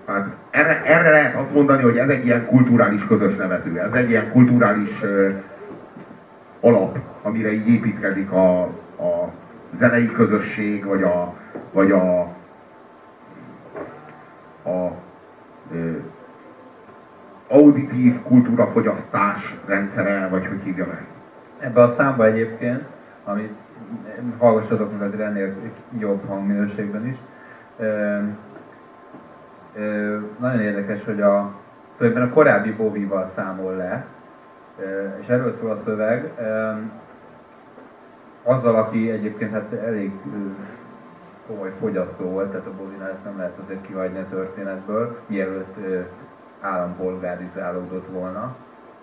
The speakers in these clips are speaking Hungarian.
Hát erre lehet azt mondani, hogy ez egy ilyen kulturális közös nevező, ez egy ilyen kulturális alap, amire így építkezik a zenei közösség, vagy a auditív kultúrafogyasztás rendszere, vagy hogy hívjam ezt. Ebben a számban egyébként, amit hallgassatok meg azért ennél jobb hangminőségben is, nagyon érdekes, hogy tulajdonképpen a korábbi Bowie-val számol le, és erről szól a szöveg, azzal, aki egyébként hát elég komoly fogyasztó volt, tehát a Bowie-nál nem lehet azért kihagyni a történetből, mielőtt állampolgárizálódott volna.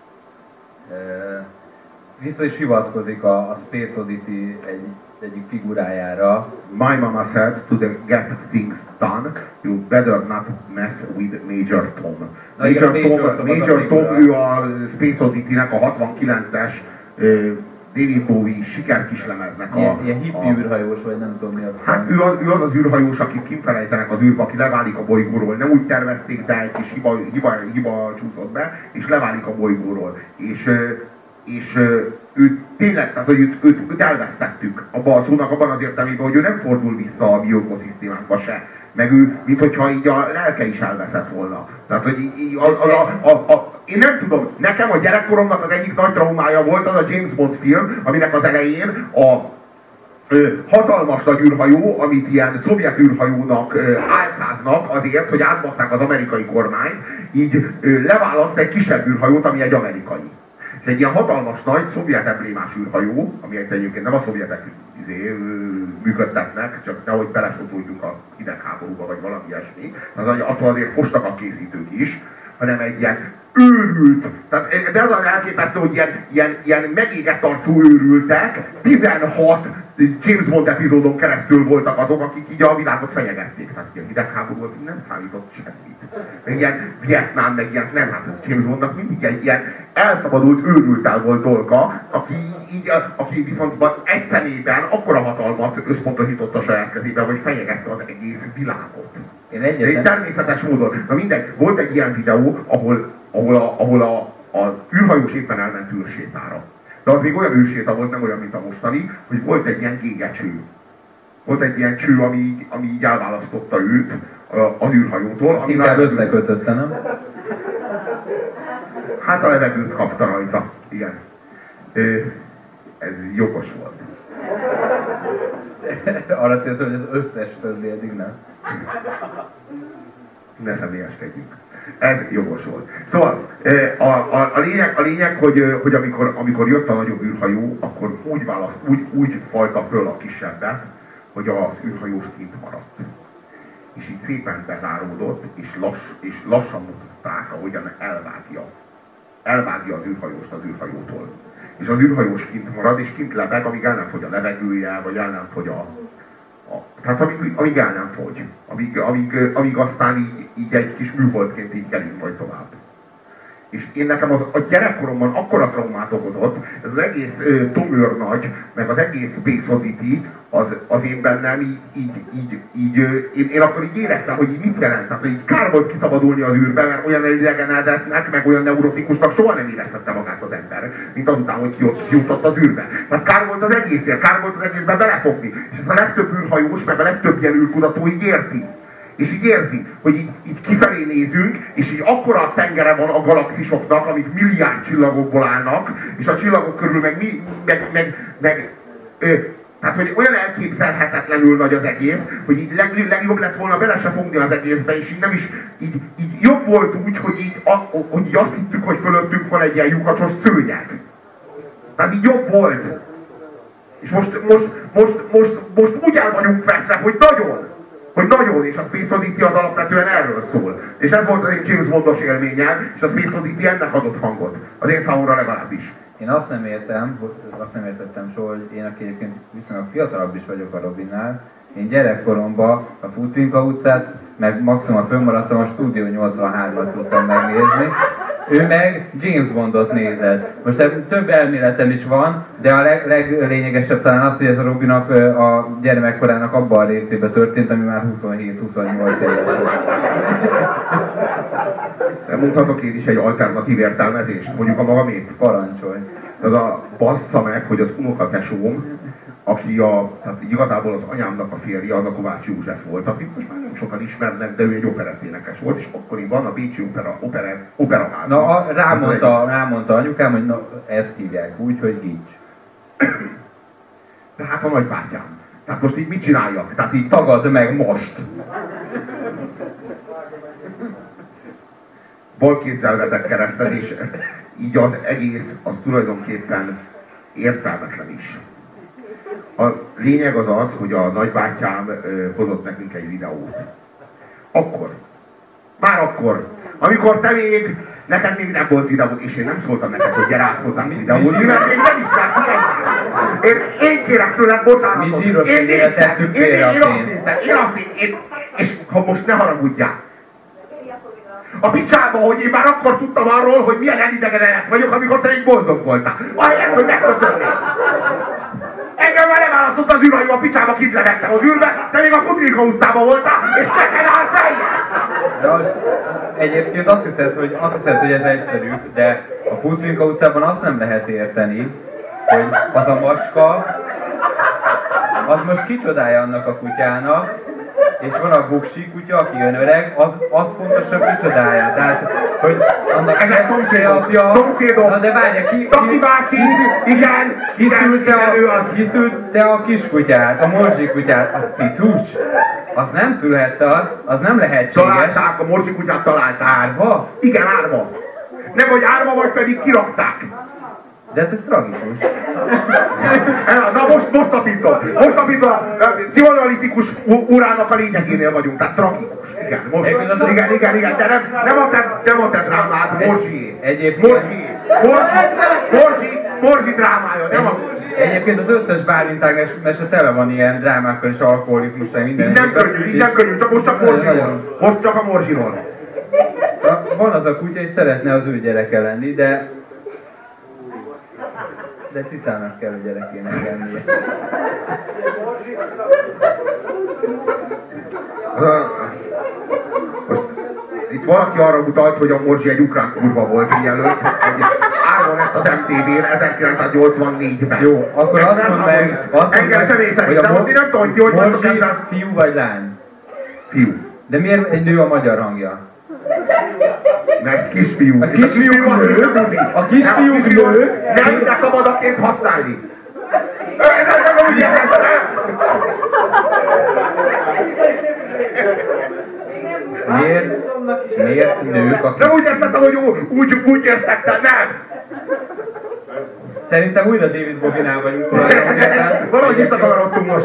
Vissza is hivatkozik a Space Oddity egyik figurájára. My mama said to get things done, you better not mess with Major Tom. Major Tom, ő a Space Oddity-nek a 69-es David Bowie sikerkislemeznek ilyen hippie űrhajós, vagy nem tudom mi a... Hát ő az űrhajós, akit kinfelejtenek az űrbe, aki leválik a bolygóról. Nem úgy tervezték, de egy kis hiba csúszott be, és leválik a bolygóról. És őt tényleg, tehát hogy őt elvesztettük abban a szónak, abban az értelmében, hogy ő nem fordul vissza a mi ökoszisztémánkba se. Meg ő, minthogyha így a lelke is elveszett volna. Tehát, hogy én nem tudom, nekem a gyerekkoromnak az egyik nagy traumája volt az a James Bond film, aminek az elején a hatalmas nagy űrhajó, amit ilyen szovjet űrhajónak álcáznak azért, hogy átbasszák az amerikai kormányt, így leválaszt egy kisebb űrhajót, ami egy amerikai. És egy ilyen hatalmas nagy szovjet emblémás űrhajó, ami egyébként nem a szovjetek működtetnek, csak nehogy belesoduljuk a hidegháborúba, vagy valami ilyesmi, attól azért fostak a készítők is, hanem egy ilyen őrült, tehát de az az elképesztő, hogy ilyen megégett arcú őrültek, 16 James Bond epizódon keresztül voltak azok, akik így a világot fenyegették. Tehát ilyen hidegháború az nem számított semmit. Meg ilyen Vietnám, meg ilyen, nem, hát ez James Bondnak mindig ilyen elszabadult őrültel volt dolga, aki viszont egy szemében akkora hatalmat összpontosított a saját kezében, hogy fenyegette az egész világot. Természetes módon. Na mindegy, volt egy ilyen videó, ahol a űrhajós éppen elment űrsétára. De az még olyan űrséta volt, nem olyan, mint a mostani, hogy volt egy ilyen gégecső. Volt egy ilyen cső, ami így elválasztotta őt az űrhajótól. Inkább összekötötte, nem? Hát a levegőt kapta rajta, igen. Ez jogos volt. Arra célszol, hogy az összes többi eddig nem? Ne személyeskedjünk. Ez jogos volt. Szóval a lényeg hogy amikor jött a nagyobb űrhajó, akkor úgy fajta föl a kisebbet, hogy az űrhajós kint maradt. És így szépen bezáródott, és lassan mutatták, ahogyan elvágja az űrhajóst az űrhajótól. És az űrhajós kint marad, és kint lebeg, amíg el nem fogy a levegője, vagy el nem fogy tehát amíg el nem fogy. Amíg aztán így egy kis műholdként így kelik majd tovább. És én nekem a gyerekkoromban akkora traumát okozott, ez az egész Tom őrnagy, meg az egész Space Oddity, az én bennem én akkor így éreztem, hogy így mit jelent. Tehát, hogy így kár volt kiszabadulni az űrbe, mert olyan elidegenedetnek, meg olyan neurotikusnak soha nem érezhette magát az ember, mint azután, hogy kijutott az űrbe. Tehát kár volt az egészért, kár volt az egészben belefogni. És ezt a legtöbb űrhajós, meg a legtöbb ilyen űrkutató így érti. És így érzi, hogy így kifelé nézünk, és így akkora tengere van a galaxisoknak, amik milliárd csillagokból állnak, és a csillagok körül tehát, hogy olyan elképzelhetetlenül nagy az egész, hogy így legjobb lett volna bele se fogni az egészbe, és így nem is, így jobb volt úgy, hogy így azt hittük, hogy fölöttünk van egy ilyen lyukacsos szőnyeg. Tehát így jobb volt. És most úgy el vagyunk veszve, hogy nagyon, és a Space Oddity az alapvetően erről szól. És ez volt az én James Bondos élményem, és a Space Oddity ennek adott hangot. Az én számomra legalábbis. Én azt nem értettem soha, hogy én, aki egyébként viszonylag fiatalabb is vagyok a Robinnál, én gyerekkoromban a Futrinka utcát, meg maximum fönnmaradtam, a Stúdió 83-at tudtam megnézni. Ő meg James Bondot nézett. Most több elméletem is van, de a leglényegesebb talán az, hogy ez a Robinak a gyermekkorának abban a részében történt, ami már 27-28 éves volt. Nem mondhatok én is egy alternatív értelmezést, mondjuk a magamét. Parancsolj. Az a bassza meg, hogy az unokatesóm, aki tehát igazából az anyámnak a férje, az a Kovács József volt, akit most már nem sokan ismernek, de ő egy operetténekes volt, és akkoriban a Bécsi Operaházban. Na, rámondta anyukám, hogy na, ezt hívják úgy, hogy Gics. De hát a nagybátyám. Tehát most így mit csináljak? Tehát így Tagadd meg most! bal kézzel vetek keresztet, és így az egész, az tulajdonképpen értelmetlen is. A lényeg az az, hogy a nagybátyám hozott nekünk egy videót. Már akkor, amikor te neked még nem volt videót, és én nem szóltam neked, hogy gyere át hozzám videózni, mert még nem ismertük egymást. Én kérek tőled bocsánatot. Mi zsíros végére tettük félre a pénzt. És ha most ne haragudjál. A picsába, hogy én már akkor tudtam arról, hogy milyen elidegenedett vagyok, amikor te még boldog voltál. Ahelyett, hogy megköszönnél. Engem már nem választott az űrhajó, a picsába kint levettem az űrbe, te még a Kudrinka utcában voltál, és neked áll fejjel! Egyébként azt hiszed, hogy ez egyszerű, de a Futrinka utcában azt nem lehet érteni, hogy az a macska, az most kicsodálja annak a kutyának, és van a buksi kutya, aki jön öreg, az pontosan kicsodája. Tehát, hogy annak se apja... Szomszédom! Na de várja, Taki bácsi! Kiszülte a kiskutyát, a morzsi kutyát, a cicus. Az nem szülhette, az nem lehetséges. Találták, a morzsi kutyát találták. Árva? Igen, árva. Nem vagy árva, vagy pedig kirakták. De hát ez tragikus. Na most tapintom. A pszichoanalitikus órának a lényegénél vagyunk, tehát tragikus. Igen, most. Igen, de nem a te drámád, Morzsié. Morzsi drámája, nem a... Egyébként az összes Bálint mese tele van ilyen drámákkal és alkoholizmussal, minden. Így nem könnyű, most csak Morzsiról. Most csak a Morzsiról. Van az a kutya, és szeretne az ő gyereke lenni, de cicának kell a gyerekének lennie. Most itt valaki arra utalt, hogy a Morzsi egy ukrán kurva volt mielőtt, egy árva lett az MTV-n 1984-ben. Jó, akkor azt mondd meg, hogy a Morzsi fiú vagy lány? Fiú. De miért egy nő a magyar hangja? Mert kisfiú. A kisfiúk nő? A kisfiúk nő? Nem, de szabadaként használni. Miért nők a kisfiúk? Nem úgy értettem, hogy úgy értettem, nem! Szerintem újra David Bowie-nál vagyunk. Valahogy visszakavarodtunk most.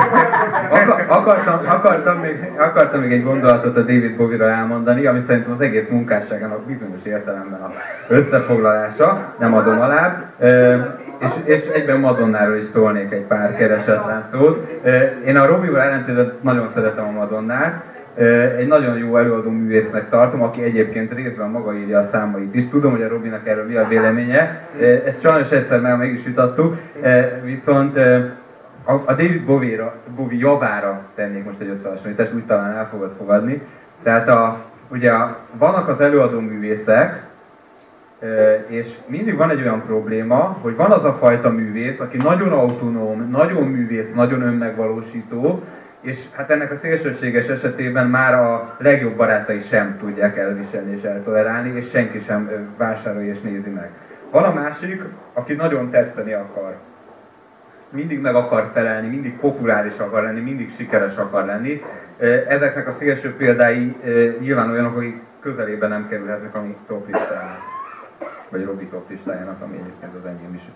Akartam még egy gondolatot a David Bowie-ra elmondani, ami szerintem az egész munkásságának bizonyos értelemben az összefoglalása, nem adom alá. És egyben Madonnáról is szólnék egy pár keresetlen szót. Én a Robival ellentétben nagyon szeretem a Madonnát. Egy nagyon jó előadó művésznek tartom, aki egyébként részben maga írja a számait is. Tudom, hogy a Robinak erről mi a véleménye. Ezt sajnos egyszer már meg is vitattuk, viszont a David Bowie javára tennék most egy összehasonlítást, úgy talán el fogod fogadni. Tehát ugye vannak az előadó művészek, és mindig van egy olyan probléma, hogy van az a fajta művész, aki nagyon autonóm, nagyon művész, nagyon önmegvalósító, és hát ennek a szélsőséges esetében már a legjobb barátai sem tudják elviselni és eltolerálni, és senki sem vásárolja és nézi meg. Van a másik, aki nagyon tetszeni akar. Mindig meg akar felelni, mindig populáris akar lenni, mindig sikeres akar lenni. Ezeknek a szélső példái nyilván olyanok, akik közelében nem kerülhetnek a mi top listának. Vagy Robi top listájának, ami egyébként az enyém is.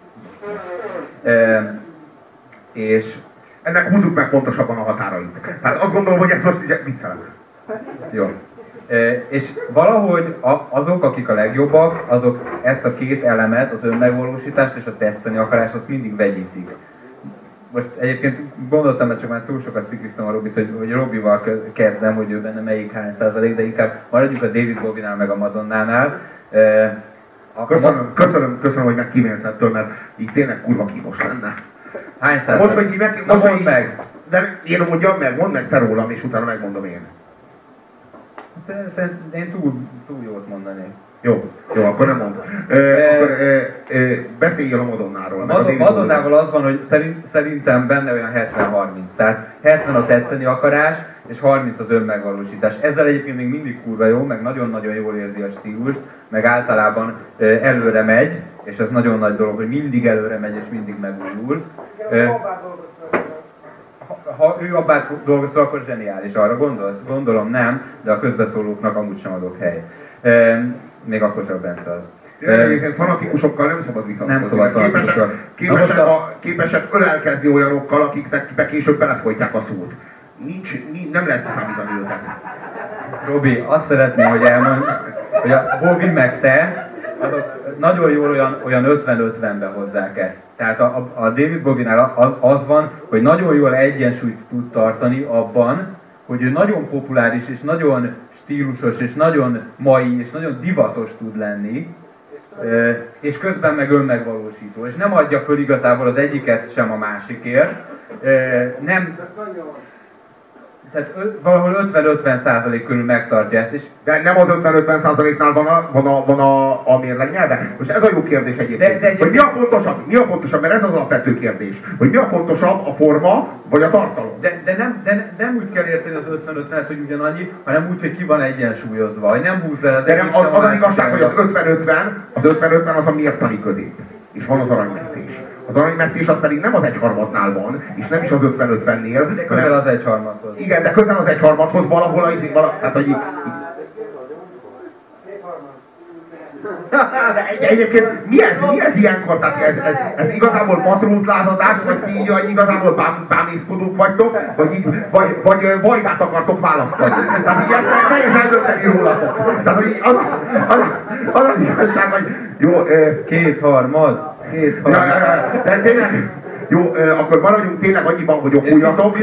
És ennek húzzuk meg pontosabban a határait. Tehát azt gondolom, hogy ez most viccelek. Jó. És valahogy azok, akik a legjobbak, azok ezt a két elemet, az önmegvalósítást és a tetszeni akarást, azt mindig vegyítik. Most egyébként gondoltam, mert csak már túl sokat cikiztem a Robit, hogy Robival kezdem, hogy ő benne melyik hány százalék, de inkább maradjuk a David Bowie-nál meg a Madonnánál. Köszönöm, hogy megkímélsz ettől, mert így tényleg kurva kínos lenne. Hány százalék? Mondd meg! De én mondjam meg, mondd meg te rólam, és utána megmondom én. Én túl jót mondani. Jó, akkor nem mond. Beszéljél a Madonnáról. A Madonnával az van, hogy szerintem benne olyan 70-30. Tehát 70 a tetszeni akarás, és 30 az önmegvalósítás. Ezzel egyébként még mindig kurva jó, meg nagyon-nagyon jól érzi a stílust, meg általában előre megy, és ez nagyon nagy dolog, hogy mindig előre megy, és mindig megújul. Ha ő abbát dolgozol, akkor zseniális. Arra gondolsz? Gondolom nem, de a közbeszólóknak amúgy sem adok hely. Még akkor sem Bence az. Egyébként fanatikusokkal nem szabad vitatkozni. Nem szabad fanatikusokkal. Képesek ölelkezni olyanokkal, akiknek később belefolytják a szót. Nem lehet számítani őket. Robi, azt szeretném, hogy elmond, hogy a Bobby meg te, azok nagyon jól olyan 50-50-be hozzák ezt. Tehát a David Bowie-nál az van, hogy nagyon jól egyensúlyt tud tartani abban, hogy ő nagyon populáris, és nagyon stílusos, és nagyon mai, és nagyon divatos tud lenni, és közben meg önmegvalósító. És nem adja föl igazából az egyiket sem a másikért. Tehát valahol 50-50% körül megtartja ezt. És de nem az 50-50%-nál van a mérleg nyelve? Most ez a jó kérdés egyébként. De hogy mi a fontosabb, mert ez az alapvető kérdés. Hogy mi a fontosabb, a forma vagy a tartalom? De nem úgy kell érteni az 50-50-et, hogy ugyanannyi, hanem úgy, hogy ki van egyensúlyozva. Hogy nem húz el az egyik sem az igazság, hogy az 50-50 az a mértani közép. És van az aranymetszés. Az aranymetszés az pedig nem az egyharmadnál van, és nem is az 50-50-nél. De közel az egyharmadhoz. Igen, de közel az egyharmadhoz valahol tehát, hogy de egyébként mi ez ilyenkor? Tehát ez igazából matrózlázadás, vagy ti igazából bámészkodók vagytok, vagy vajdát akartok választani. Tehát így ezt nehéz eldönteni rólatok. Tehát hogy az igazság, hogy jó... Kétharmad. De tényleg, jó, akkor maradjunk tényleg annyiban, hogy okuljatok.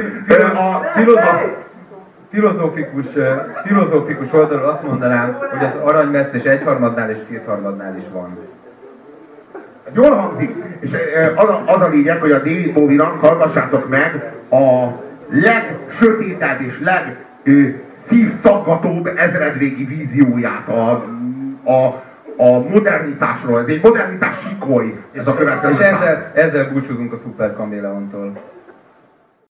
Filozófikus oldalról azt mondanám, hogy az aranymetszés egyharmadnál és kétharmadnál is van. Ez jól hangzik, és az a lényeg, hogy a David Bowie-nak hallgassátok meg a legsötétebb és legszívszaggatóbb ezredvégi vízióját a modernitásról. Ez egy modernitás sikoly, ez a következő. És ezzel búcsúzunk a Szuper Kameleontól.